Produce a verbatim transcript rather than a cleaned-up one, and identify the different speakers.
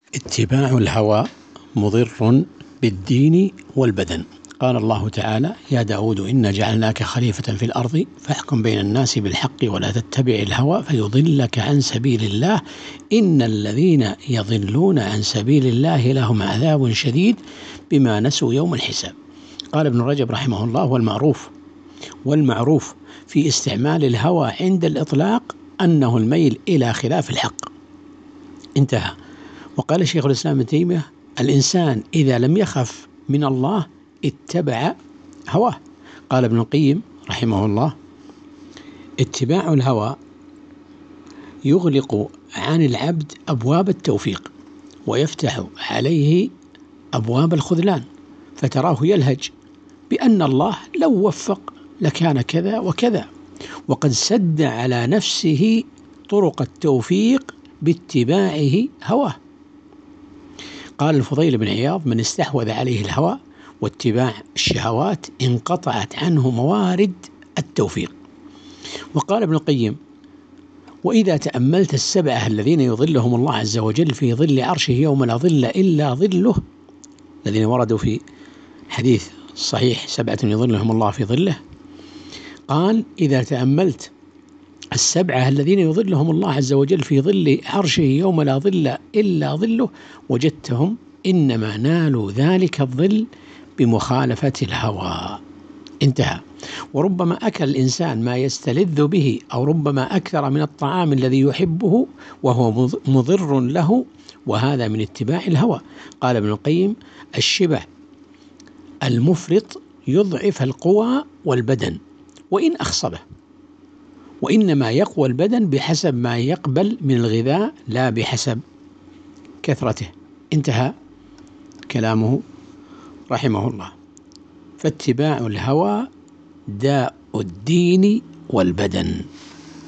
Speaker 1: اتباع الهوى مضر بالدين والبدن. قال الله تعالى: يا داود إنا جعلناك خليفة في الأرض فاحكم بين الناس بالحق ولا تتبع الهوى فيضلك عن سبيل الله إن الذين يضلون عن سبيل الله لهم عذاب شديد بما نسوا يوم الحساب. قال ابن رجب رحمه الله: والمعروف والمعروف في استعمال الهوى عند الإطلاق أنه الميل إلى خلاف الحق. انتهى. وقال شيخ الإسلام ابن تيمية: الإنسان إذا لم يخف من الله اتبع هواه. قال ابن القيم رحمه الله: اتباع الهوى يغلق عن العبد أبواب التوفيق ويفتح عليه أبواب الخذلان، فتراه يلهج بأن الله لو وفق لكان كذا وكذا، وقد سد على نفسه طرق التوفيق باتباعه هواه. قال الفضيل بن عياض: من استحوذ عليه الهوى واتباع الشهوات انقطعت عنه موارد التوفيق. وقال ابن القيم: وإذا تأملت السبعة الذين يظلهم الله عز وجل في ظل عرشه يوم لا ظل إلا ظله، الذين وردوا في حديث صحيح سبعة يظلهم الله في ظله، قال: إذا تأملت السبعة الذين يظلهم الله عز وجل في ظل عرشه يوم لا ظل إلا ظله وجدتهم إنما نالوا ذلك الظل بمخالفة الهوى. انتهى. وربما أكل الإنسان ما يستلذ به أو ربما أكثر من الطعام الذي يحبه وهو مضر له، وهذا من اتباع الهوى. قال ابن القيم: الشبع المفرط يضعف القوى والبدن وإن أخصبه، وإنما يقوى البدن بحسب ما يقبل من الغذاء لا بحسب كثرته. انتهى كلامه رحمه الله. فاتباع الهوى داء الدين والبدن.